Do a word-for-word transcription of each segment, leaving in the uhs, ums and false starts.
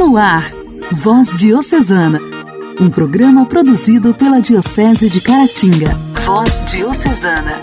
No ar, Voz Diocesana, um programa produzido pela Diocese de Caratinga. Voz Diocesana.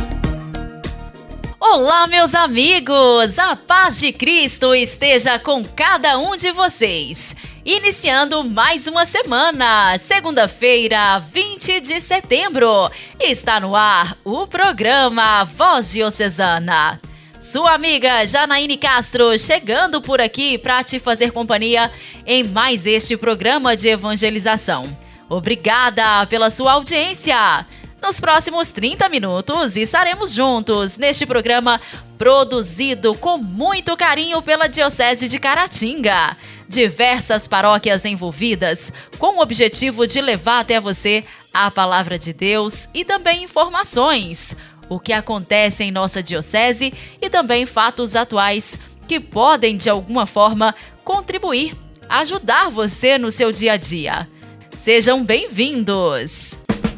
Olá, meus amigos! A paz de Cristo esteja com cada um de vocês. Iniciando mais uma semana, segunda-feira, vinte de setembro, está no ar o programa Voz Diocesana. Sua amiga Janaíne Castro chegando por aqui para te fazer companhia em mais este programa de evangelização. Obrigada pela sua audiência! Nos próximos trinta minutos estaremos juntos neste programa produzido com muito carinho pela Diocese de Caratinga. Diversas paróquias envolvidas com o objetivo de levar até você a palavra de Deus e também informações, o que acontece em nossa diocese e também fatos atuais que podem de alguma forma contribuir, ajudar você no seu dia a dia. Sejam bem-vindos!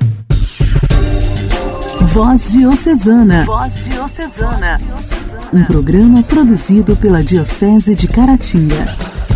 Voz Diocesana. Voz Diocesana. Um programa produzido pela Diocese de Caratinga.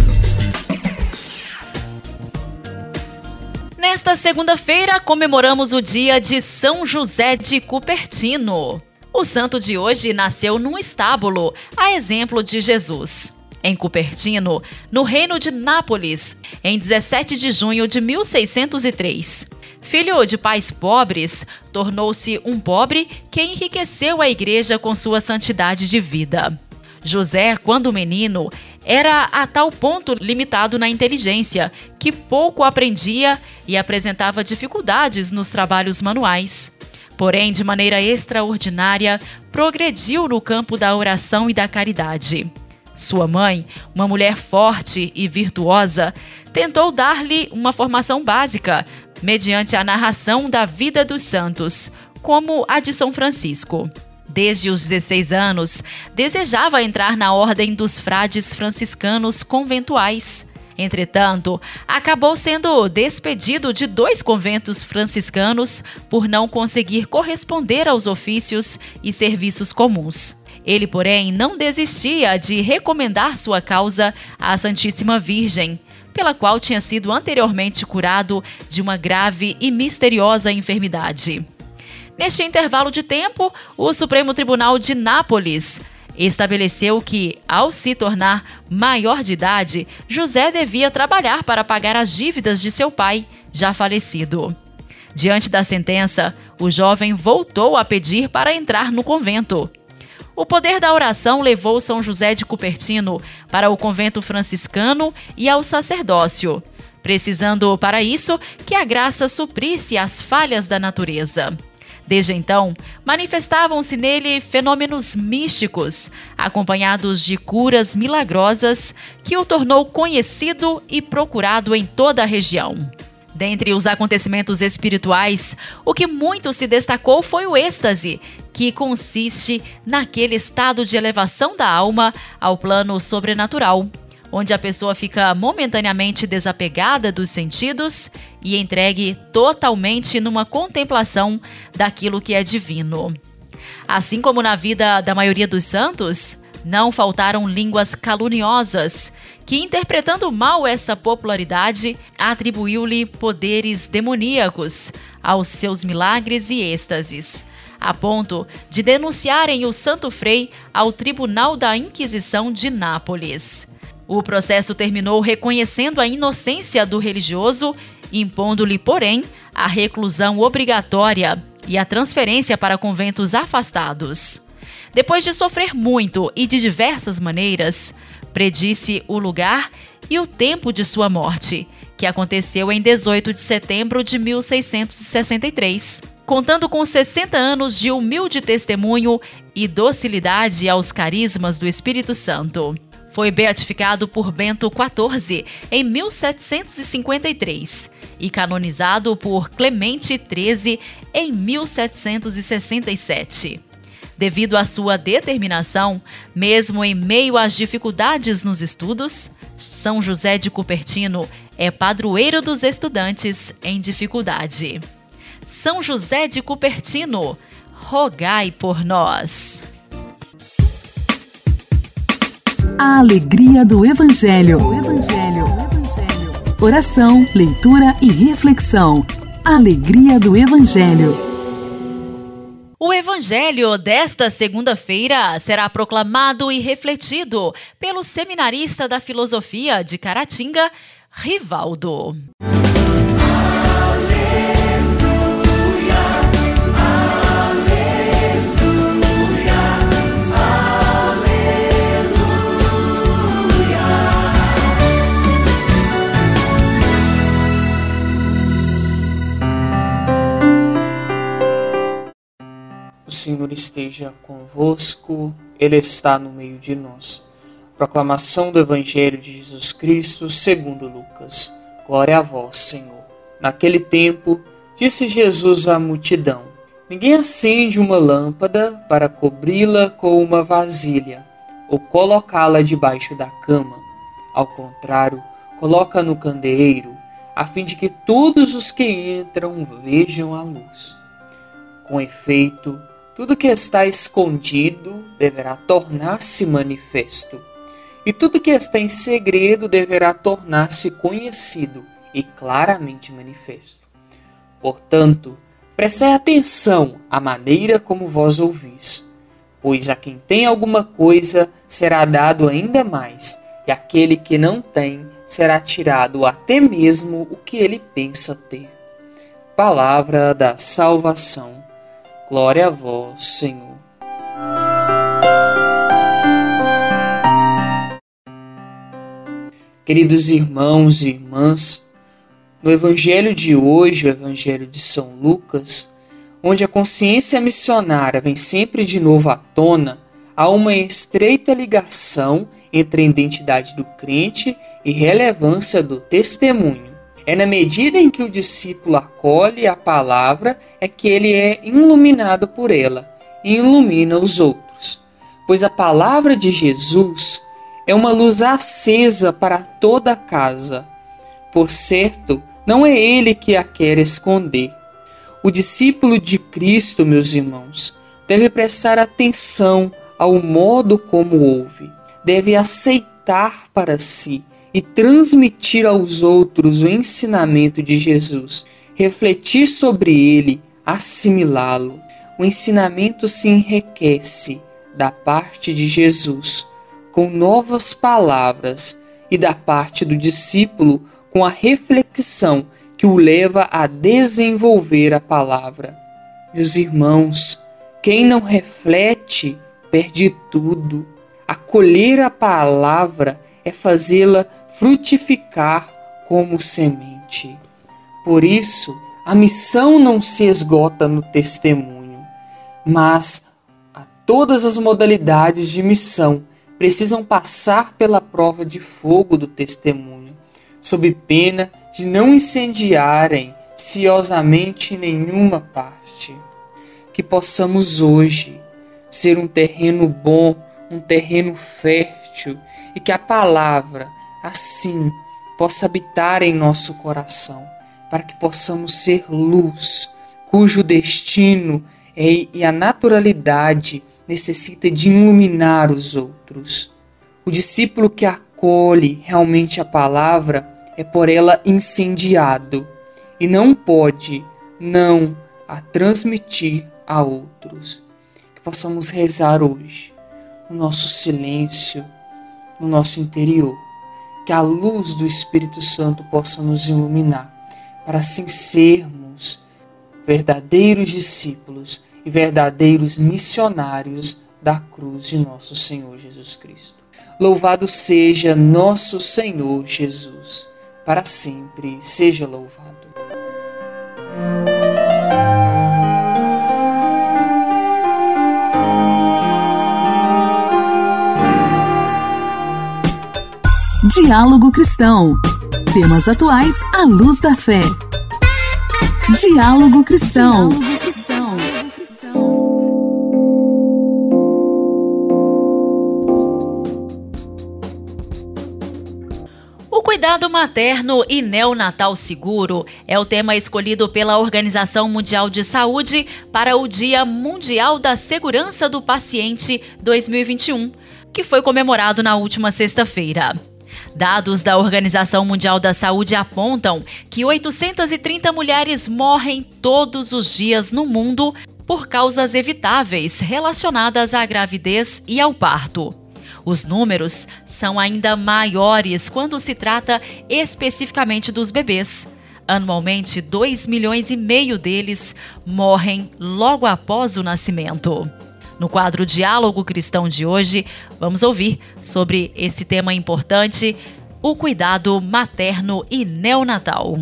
Nesta segunda-feira, comemoramos o dia de São José de Cupertino. O santo de hoje nasceu num estábulo, a exemplo de Jesus, em Cupertino, no reino de Nápoles, em dezessete de junho de mil seiscentos e três. Filho de pais pobres, tornou-se um pobre que enriqueceu a igreja com sua santidade de vida. José, quando menino, era a tal ponto limitado na inteligência que pouco aprendia e apresentava dificuldades nos trabalhos manuais. Porém, de maneira extraordinária, progrediu no campo da oração e da caridade. Sua mãe, uma mulher forte e virtuosa, tentou dar-lhe uma formação básica, mediante a narração da vida dos santos, como a de São Francisco. Desde os dezesseis anos, desejava entrar na ordem dos frades franciscanos conventuais. Entretanto, acabou sendo despedido de dois conventos franciscanos por não conseguir corresponder aos ofícios e serviços comuns. Ele, porém, não desistia de recomendar sua causa à Santíssima Virgem, pela qual tinha sido anteriormente curado de uma grave e misteriosa enfermidade. Neste intervalo de tempo, o Supremo Tribunal de Nápoles estabeleceu que, ao se tornar maior de idade, José devia trabalhar para pagar as dívidas de seu pai, já falecido. Diante da sentença, o jovem voltou a pedir para entrar no convento. O poder da oração levou São José de Cupertino para o convento franciscano e ao sacerdócio, precisando para isso que a graça suprisse as falhas da natureza. Desde então, manifestavam-se nele fenômenos místicos, acompanhados de curas milagrosas, que o tornou conhecido e procurado em toda a região. Dentre os acontecimentos espirituais, o que muito se destacou foi o êxtase, que consiste naquele estado de elevação da alma ao plano sobrenatural, onde a pessoa fica momentaneamente desapegada dos sentidos e entregue totalmente numa contemplação daquilo que é divino. Assim como na vida da maioria dos santos, não faltaram línguas caluniosas, que, interpretando mal essa popularidade, atribuiu-lhe poderes demoníacos aos seus milagres e êxtases, a ponto de denunciarem o Santo Frei ao Tribunal da Inquisição de Nápoles. O processo terminou reconhecendo a inocência do religioso, impondo-lhe, porém, a reclusão obrigatória e a transferência para conventos afastados. Depois de sofrer muito e de diversas maneiras, predisse o lugar e o tempo de sua morte, que aconteceu em dezoito de setembro de mil seiscentos e sessenta e três. Contando com sessenta anos de humilde testemunho e docilidade aos carismas do Espírito Santo. Foi beatificado por Bento quatorze em mil setecentos e cinquenta e três e canonizado por Clemente treze em mil setecentos e sessenta e sete. Devido à sua determinação, mesmo em meio às dificuldades nos estudos, São José de Cupertino é padroeiro dos estudantes em dificuldade. São José de Cupertino, rogai por nós. A alegria do Evangelho. O Evangelho. oração, leitura e reflexão. Alegria do Evangelho. O Evangelho desta segunda-feira será proclamado e refletido pelo seminarista da Filosofia de Caratinga, Rivaldo. O Senhor esteja convosco, Ele está no meio de nós. Proclamação do Evangelho de Jesus Cristo segundo Lucas. Glória a vós, Senhor. Naquele tempo, disse Jesus à multidão: ninguém acende uma lâmpada para cobri-la com uma vasilha ou colocá-la debaixo da cama. Ao contrário, coloca no candeeiro, a fim de que todos os que entram vejam a luz. Com efeito, tudo que está escondido deverá tornar-se manifesto, e tudo que está em segredo deverá tornar-se conhecido e claramente manifesto. Portanto, prestai atenção à maneira como vós ouvis, pois a quem tem alguma coisa será dado ainda mais, e aquele que não tem será tirado até mesmo o que ele pensa ter. Palavra da salvação. Glória a vós, Senhor. Queridos irmãos e irmãs, no Evangelho de hoje, o Evangelho de São Lucas, onde a consciência missionária vem sempre de novo à tona, há uma estreita ligação entre a identidade do crente e relevância do testemunho. É na medida em que o discípulo acolhe a palavra é que ele é iluminado por ela e ilumina os outros. Pois a palavra de Jesus é uma luz acesa para toda a casa. Por certo, não é ele que a quer esconder. O discípulo de Cristo, meus irmãos, deve prestar atenção ao modo como ouve. Deve aceitar para si e transmitir aos outros o ensinamento de Jesus, refletir sobre ele, assimilá-lo. O ensinamento se enriquece da parte de Jesus com novas palavras e da parte do discípulo com a reflexão que o leva a desenvolver a palavra. Meus irmãos, quem não reflete perde tudo. Acolher a palavra é fazê-la frutificar como semente. Por isso, a missão não se esgota no testemunho, mas a todas as modalidades de missão precisam passar pela prova de fogo do testemunho, sob pena de não incendiarem ciosamente nenhuma parte. Que possamos hoje ser um terreno bom, um terreno fértil, e que a palavra, assim, possa habitar em nosso coração, para que possamos ser luz, cujo destino é, e a naturalidade necessita de iluminar os outros. O discípulo que acolhe realmente a palavra é por ela incendiado e não pode não a transmitir a outros. Que possamos rezar hoje, no nosso silêncio, no nosso interior, que a luz do Espírito Santo possa nos iluminar, para assim sermos verdadeiros discípulos e verdadeiros missionários da cruz de nosso Senhor Jesus Cristo. Louvado seja nosso Senhor Jesus, para sempre seja louvado. Diálogo Cristão. Temas atuais à luz da fé. Diálogo Cristão. Diálogo Cristão. O cuidado materno e neonatal seguro é o tema escolhido pela Organização Mundial de Saúde para o Dia Mundial da Segurança do Paciente dois mil e vinte e um, que foi comemorado na última sexta-feira. Dados da Organização Mundial da Saúde apontam que oitocentas e trinta mulheres morrem todos os dias no mundo por causas evitáveis relacionadas à gravidez e ao parto. Os números são ainda maiores quando se trata especificamente dos bebês. Anualmente, dois milhões e meio deles morrem logo após o nascimento. No quadro Diálogo Cristão de hoje, vamos ouvir sobre esse tema importante, o cuidado materno e neonatal.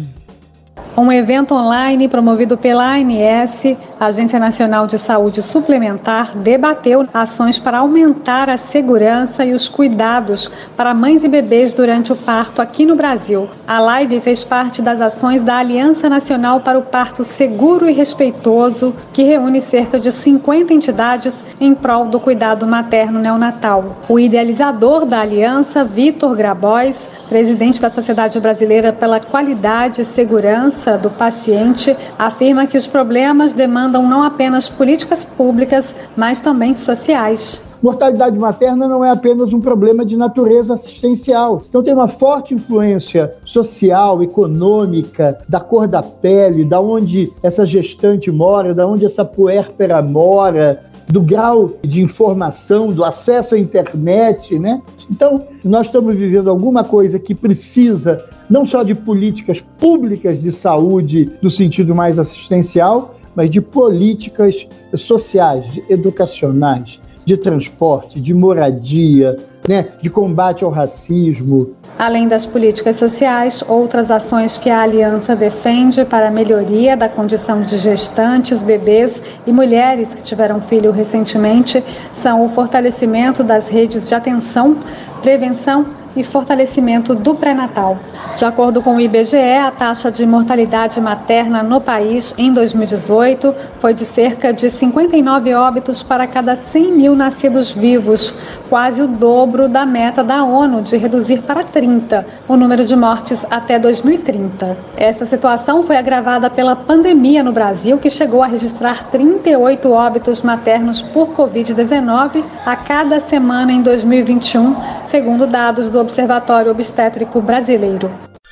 Um evento online promovido pela A N S, Agência Nacional de Saúde Suplementar, debateu ações para aumentar a segurança e os cuidados para mães e bebês durante o parto aqui no Brasil. A live fez parte das ações da Aliança Nacional para o Parto Seguro e Respeitoso, que reúne cerca de cinquenta entidades em prol do cuidado materno neonatal. O idealizador da aliança, Vitor Grabois, presidente da Sociedade Brasileira pela Qualidade e Segurança do Paciente, afirma que os problemas demandam não apenas políticas públicas, mas também sociais. Mortalidade materna não é apenas um problema de natureza assistencial. Então tem uma forte influência social, econômica, da cor da pele, da onde essa gestante mora, da onde essa puérpera mora, do grau de informação, do acesso à internet, né? Então, nós estamos vivendo alguma coisa que precisa não só de políticas públicas de saúde no sentido mais assistencial, mas de políticas sociais, de educacionais, de transporte, de moradia, né, de combate ao racismo. Além das políticas sociais, outras ações que a Aliança defende para a melhoria da condição de gestantes, bebês e mulheres que tiveram filho recentemente são o fortalecimento das redes de atenção, prevenção e fortalecimento do pré-natal. De acordo com o I B G E, a taxa de mortalidade materna no país em dois mil e dezoito foi de cerca de cinquenta e nove óbitos para cada cem mil nascidos vivos, quase o dobro da meta da ONU de reduzir para trinta o número de mortes até dois mil e trinta. Esta situação foi agravada pela pandemia no Brasil, que chegou a registrar trinta e oito óbitos maternos por covid dezenove a cada semana em dois mil e vinte e um, segundo dados do Observatório Obstétrico Brasileiro.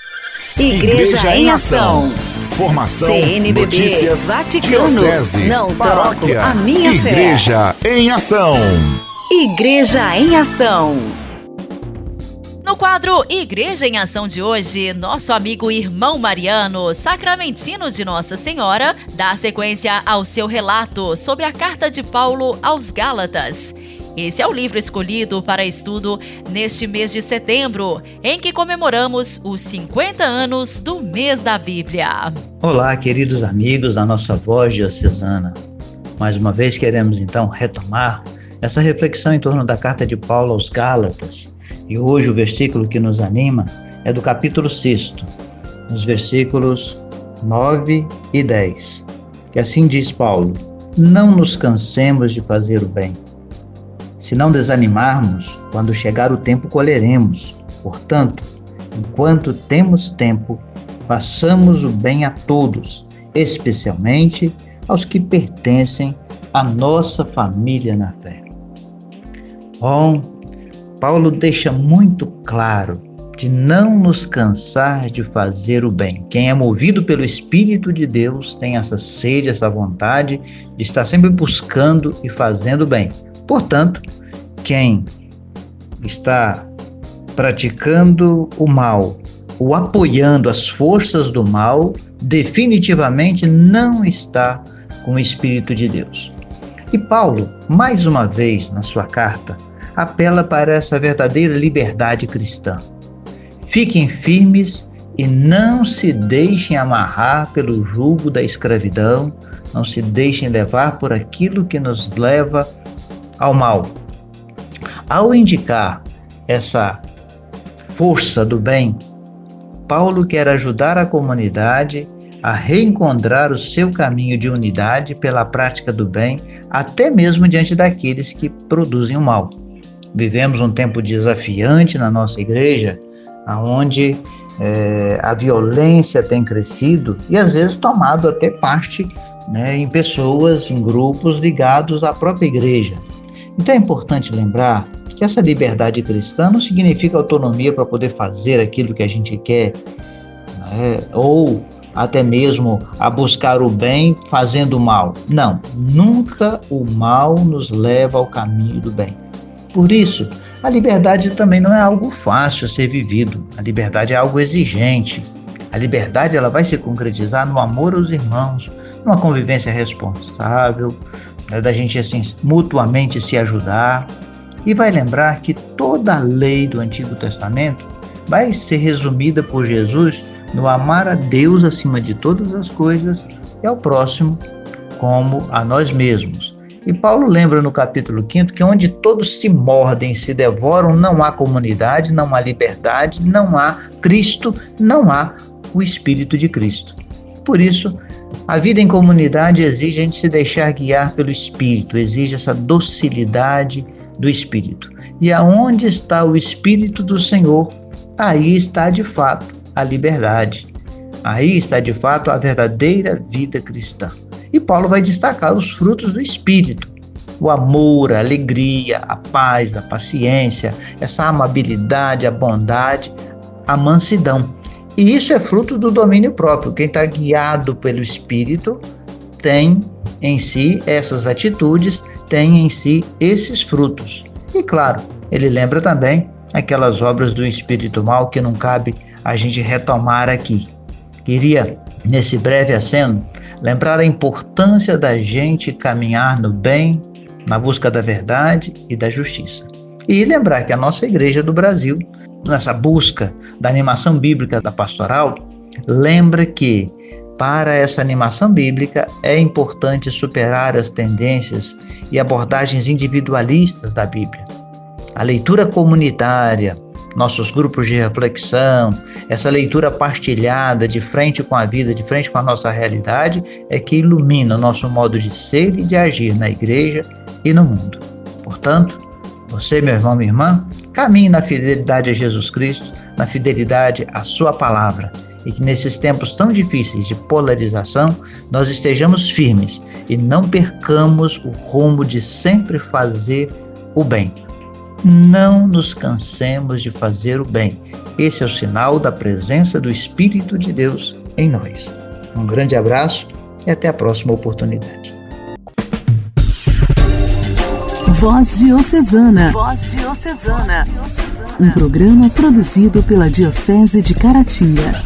Igreja, Igreja em Ação. Formação, C N B B, notícias, Vaticano, diocese, não paróquia, troco a minha Igreja fé. em Ação. Igreja em Ação. No quadro Igreja em Ação de hoje, nosso amigo irmão Mariano, sacramentino de Nossa Senhora, dá sequência ao seu relato sobre a carta de Paulo aos Gálatas. Esse é o livro escolhido para estudo neste mês de setembro, em que comemoramos os cinquenta anos do mês da Bíblia. Olá, queridos amigos da nossa voz diocesana. Mais uma vez queremos então retomar essa reflexão em torno da carta de Paulo aos Gálatas. E hoje o versículo que nos anima é do capítulo seis, nos versículos nove e dez. Que assim diz Paulo: não nos cansemos de fazer o bem. Se não desanimarmos, quando chegar o tempo colheremos. Portanto, enquanto temos tempo, façamos o bem a todos, especialmente aos que pertencem à nossa família na fé. Bom, Paulo deixa muito claro de não nos cansar de fazer o bem. Quem é movido pelo Espírito de Deus tem essa sede, essa vontade de estar sempre buscando e fazendo o bem. Portanto, quem está praticando o mal ou apoiando as forças do mal, definitivamente não está com o Espírito de Deus. E Paulo, mais uma vez na sua carta, apela para essa verdadeira liberdade cristã. Fiquem firmes e não se deixem amarrar pelo jugo da escravidão, não se deixem levar por aquilo que nos leva ao mal. Ao indicar essa força do bem, Paulo quer ajudar a comunidade a reencontrar o seu caminho de unidade pela prática do bem, até mesmo diante daqueles que produzem o mal. Vivemos um tempo desafiante na nossa igreja, onde é, a violência tem crescido e às vezes tomado até parte, né, em pessoas, em grupos ligados à própria igreja. Então é importante lembrar que que essa liberdade cristã não significa autonomia para poder fazer aquilo que a gente quer, né? Ou até mesmo a buscar o bem fazendo o mal. Não, nunca o mal nos leva ao caminho do bem. Por isso, a liberdade também não é algo fácil a ser vivido. A liberdade é algo exigente. A liberdade ela vai se concretizar no amor aos irmãos, numa convivência responsável, né, da gente assim mutuamente se ajudar. E vai lembrar que toda a lei do Antigo Testamento vai ser resumida por Jesus no amar a Deus acima de todas as coisas e ao próximo como a nós mesmos. E Paulo lembra no capítulo quinto que onde todos se mordem, se devoram, não há comunidade, não há liberdade, não há Cristo, não há o Espírito de Cristo. Por isso, a vida em comunidade exige a gente se deixar guiar pelo Espírito, exige essa docilidade do Espírito. E aonde está o Espírito do Senhor, aí está de fato a liberdade. Aí está de fato a verdadeira vida cristã. E Paulo vai destacar os frutos do Espírito: o amor, a alegria, a paz, a paciência, essa amabilidade, a bondade, a mansidão. E isso é fruto do domínio próprio. Quem está guiado pelo Espírito tem em si essas atitudes, tem em si esses frutos. E claro, ele lembra também aquelas obras do espírito mal que não cabe a gente retomar aqui. Queria, nesse breve aceno, lembrar a importância da gente caminhar no bem, na busca da verdade e da justiça. E lembrar que a nossa Igreja do Brasil, nessa busca da animação bíblica da pastoral, lembra que para essa animação bíblica é importante superar as tendências e abordagens individualistas da Bíblia. A leitura comunitária, nossos grupos de reflexão, essa leitura partilhada de frente com a vida, de frente com a nossa realidade, é que ilumina o nosso modo de ser e de agir na igreja e no mundo. Portanto, você, meu irmão, minha irmã, caminhe na fidelidade a Jesus Cristo, na fidelidade à sua palavra, e que nesses tempos tão difíceis de polarização, nós estejamos firmes e não percamos o rumo de sempre fazer o bem. Não nos cansemos de fazer o bem. Esse é o sinal da presença do Espírito de Deus em nós. Um grande abraço e até a próxima oportunidade. Voz Diocesana. Voz Diocesana. Um programa produzido pela Diocese de Caratinga.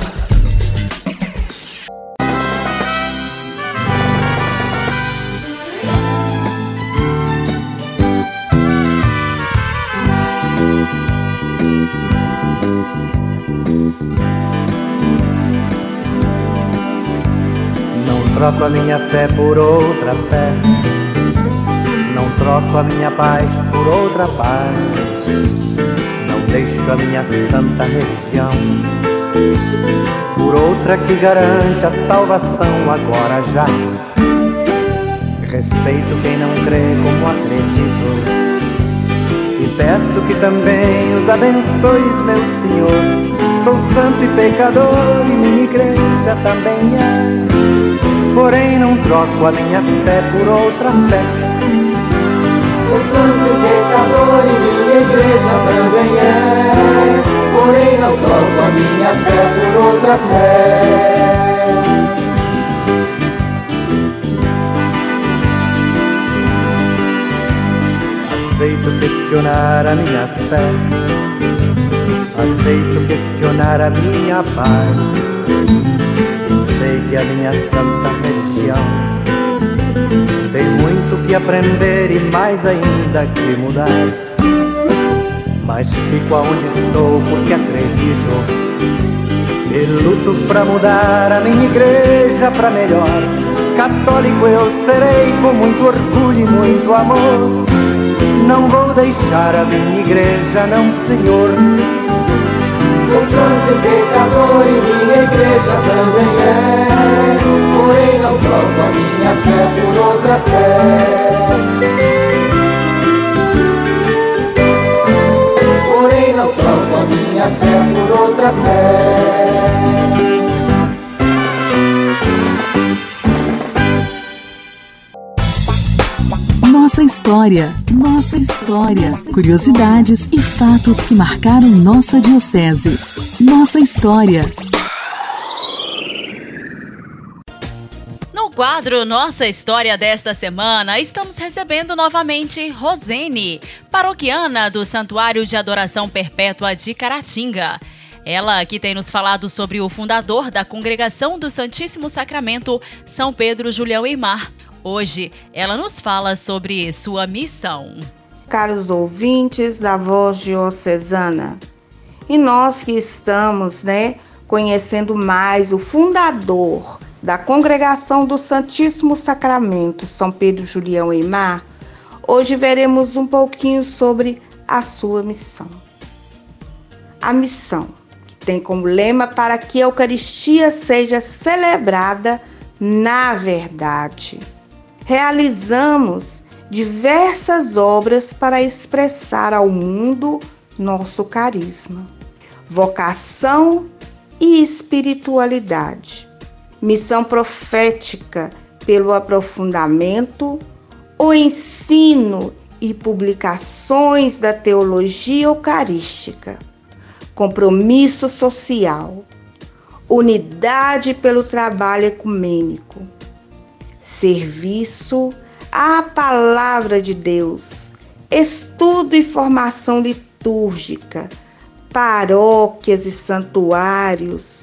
Troco a minha fé por outra fé, não troco a minha paz por outra paz, não deixo a minha santa religião por outra que garante a salvação agora já. Respeito quem não crê como acredito e peço que também os abençoes, meu Senhor. Sou santo e pecador e minha igreja também é, porém não troco a minha fé por outra fé. Sou santo e pecador e minha igreja também é, porém não troco a minha fé por outra fé. Aceito questionar a minha fé, aceito questionar a minha paz. Sei que a minha santa religião tem muito que aprender e mais ainda que mudar, mas fico aonde estou porque acredito e luto pra mudar a minha igreja pra melhor. Católico eu serei com muito orgulho e muito amor, não vou deixar a minha igreja, não, Senhor. Sou santo e pecador e minha igreja também é, porém não troco a minha fé por outra fé. Porém não troco a minha fé por outra fé. Nossa história. história, nossa história. Curiosidades e fatos que marcaram nossa diocese. Nossa história. No quadro Nossa História desta semana, estamos recebendo novamente Rosene, paroquiana do Santuário de Adoração Perpétua de Caratinga. Ela que tem nos falado sobre o fundador da Congregação do Santíssimo Sacramento, São Pedro Julião Eymar. Hoje, ela nos fala sobre sua missão. Caros ouvintes da Voz Diocesana, e nós que estamos, né, conhecendo mais o fundador da Congregação do Santíssimo Sacramento, São Pedro Julião Eymar, hoje veremos um pouquinho sobre a sua missão. A missão tem como lema para que a Eucaristia seja celebrada na verdade. Realizamos diversas obras para expressar ao mundo nosso carisma, vocação e espiritualidade. Missão profética pelo aprofundamento, o ensino e publicações da teologia eucarística. Compromisso social, unidade pelo trabalho ecumênico, serviço à palavra de Deus, estudo e formação litúrgica, paróquias e santuários,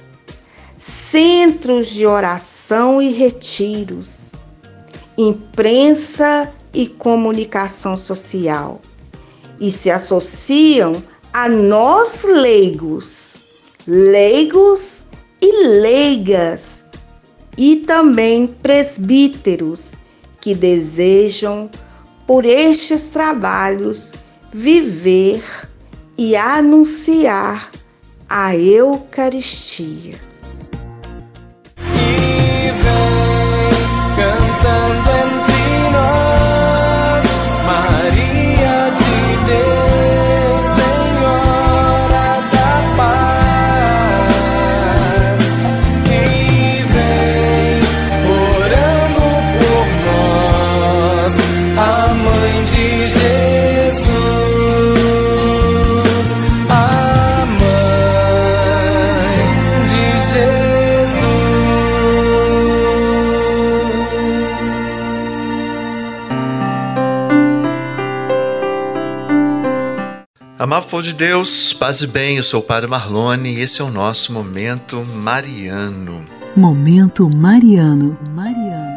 centros de oração e retiros, imprensa e comunicação social, e se associam a nós leigos, leigos e leigas, e também presbíteros que desejam, por estes trabalhos, viver e anunciar a Eucaristia. E vem cantando entre nós, Maria de Deus, Senhora da Paz. E vem orando por nós, a Mãe de Jesus, a Mãe de Jesus. Amado povo de Deus, paz e bem, eu sou o Padre Marlone e esse é o nosso Momento Mariano. Momento Mariano. Mariano.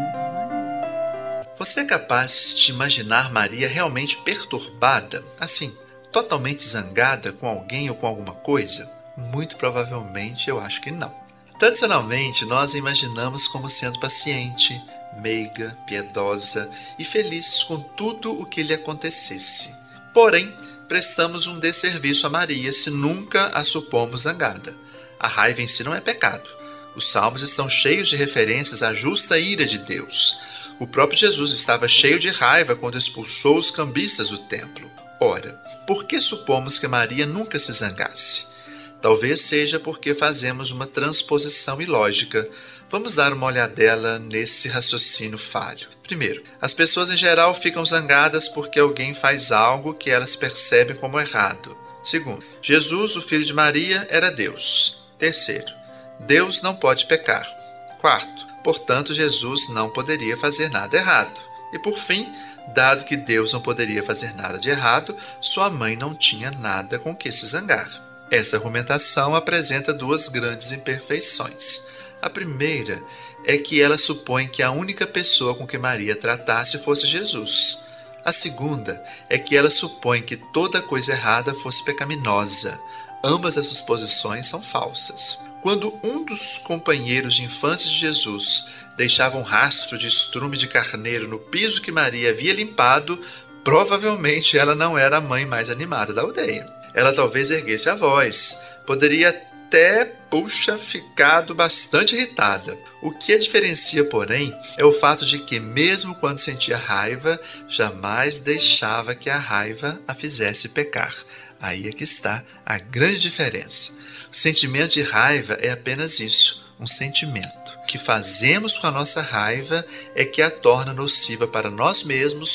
Você é capaz de imaginar Maria realmente perturbada, assim, totalmente zangada com alguém ou com alguma coisa? Muito provavelmente eu acho que não. Tradicionalmente, nós a imaginamos como sendo paciente, meiga, piedosa e feliz com tudo o que lhe acontecesse. Porém, prestamos um desserviço a Maria se nunca a supomos zangada. A raiva em si não é pecado. Os salmos estão cheios de referências à justa ira de Deus. O próprio Jesus estava cheio de raiva quando expulsou os cambistas do templo. Ora, por que supomos que Maria nunca se zangasse? Talvez seja porque fazemos uma transposição ilógica. Vamos dar uma olhadela nesse raciocínio falho. Primeiro, as pessoas em geral ficam zangadas porque alguém faz algo que elas percebem como errado. Segundo, Jesus, o filho de Maria, era Deus. Terceiro, Deus não pode pecar. Quarto, portanto, Jesus não poderia fazer nada errado. E por fim, dado que Deus não poderia fazer nada de errado, sua mãe não tinha nada com que se zangar. Essa argumentação apresenta duas grandes imperfeições. A primeira é que ela supõe que a única pessoa com que Maria tratasse fosse Jesus. A segunda é que ela supõe que toda coisa errada fosse pecaminosa. Ambas essas posições são falsas. Quando um dos companheiros de infância de Jesus deixava um rastro de estrume de carneiro no piso que Maria havia limpado, provavelmente ela não era a mãe mais animada da aldeia. Ela talvez erguesse a voz, poderia até, puxa, ficado bastante irritada. O que a diferencia, porém, é o fato de que, mesmo quando sentia raiva, jamais deixava que a raiva a fizesse pecar. Aí é que está a grande diferença. O sentimento de raiva é apenas isso, um sentimento. O que fazemos com a nossa raiva é que a torna nociva para nós mesmos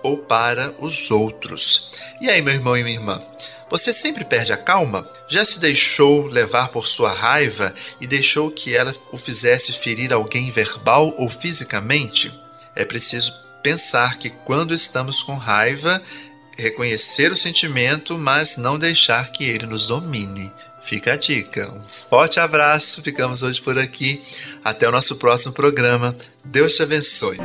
ou para os outros. E aí, meu irmão e minha irmã? Você sempre perde a calma? Já se deixou levar por sua raiva e deixou que ela o fizesse ferir alguém verbal ou fisicamente? É preciso pensar que quando estamos com raiva, reconhecer o sentimento, mas não deixar que ele nos domine. Fica a dica. Um forte abraço, ficamos hoje por aqui. Até o nosso próximo programa. Deus te abençoe.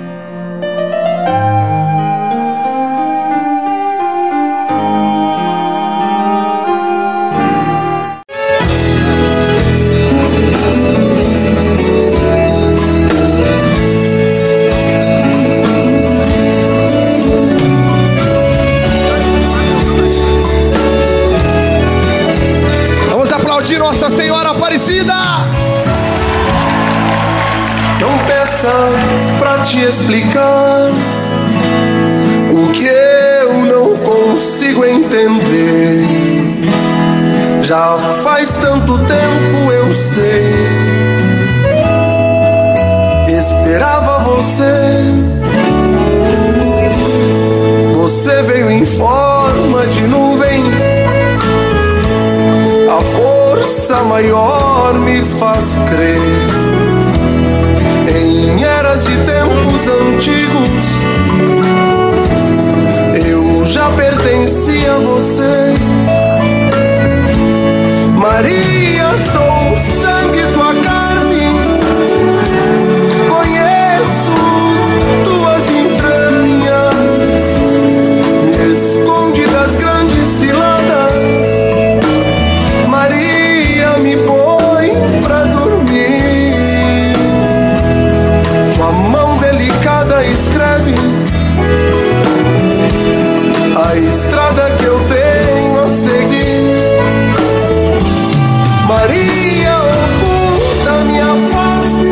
Nossa Senhora Aparecida! Não peça pra te explicar o que eu não consigo entender. Já faz tanto tempo, eu sei. Esperava você. Você veio em forma de nuvem. A força maior me faz crer em eras de tempos antigos. Eu já pertencia a você. Maria, sou o sangue, tua carne. Conheço tuas entranhas. Me esconde das grandes ciladas. Maria, me põe pra dormir. Tua mão delicada escreve a estrada que eu tenho a seguir. Maria, oculta minha face.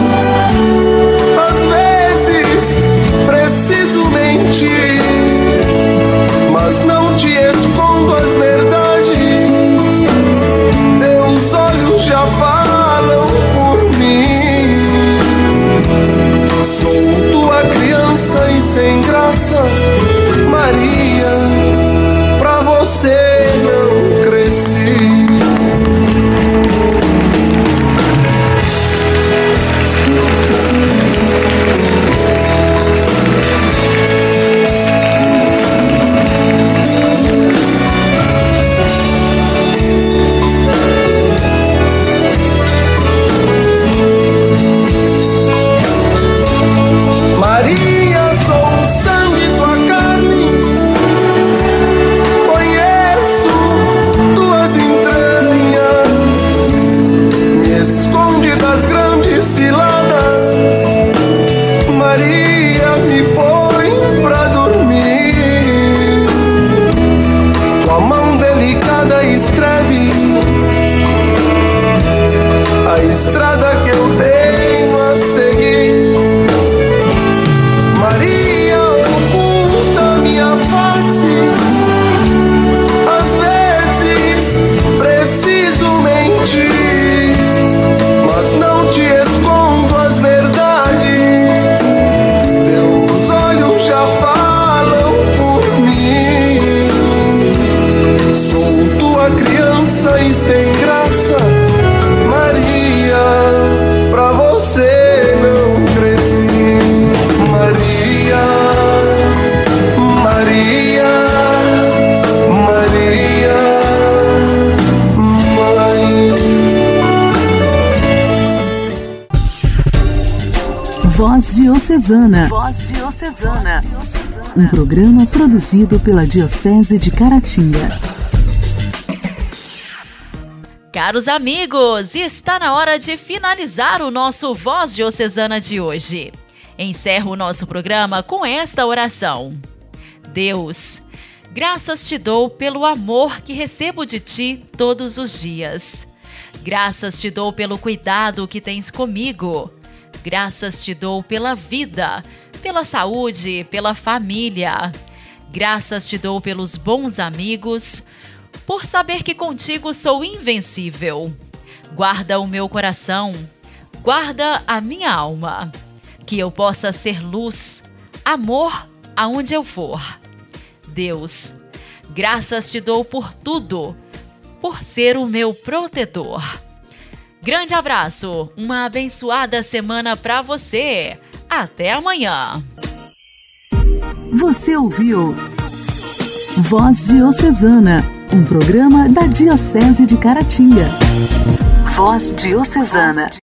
Às vezes preciso mentir, mas não te escondo as verdades. Teus olhos já falam por mim. Sou tua criança e sem graça. Maria, pra você não cresci. Maria, sou o sangue, tua carne. Conheço tuas entranhas. Me esconde das grandes ciladas. Maria, me põe pra dormir. Tua mão delicada escreve a estrada que eu tenho a seguir. Maria, oculta minha face. Às vezes preciso mentir, mas não te escondo as verdades. Teus olhos já falam por mim. Sou tua criança e sem graça. Maria, pra você não cresci. Maria, Maria, Maria, mãe. Voz Diocesana. Voz Diocesana. Um programa produzido pela Diocese de Caratinga. Caros amigos, está na hora de finalizar o nosso Voz Diocesana de hoje. Encerro o nosso programa com esta oração. Deus, graças te dou pelo amor que recebo de ti todos os dias. Graças te dou pelo cuidado que tens comigo. Graças te dou pela vida, pela saúde, pela família. Graças te dou pelos bons amigos, por saber que contigo sou invencível. Guarda o meu coração, guarda a minha alma, que eu possa ser luz, amor aonde eu for. Deus, graças te dou por tudo, por ser o meu protetor. Grande abraço, uma abençoada semana para você. Até amanhã. Você ouviu Voz Diocesana, um programa da Diocese de Caratinga. Voz Diocesana.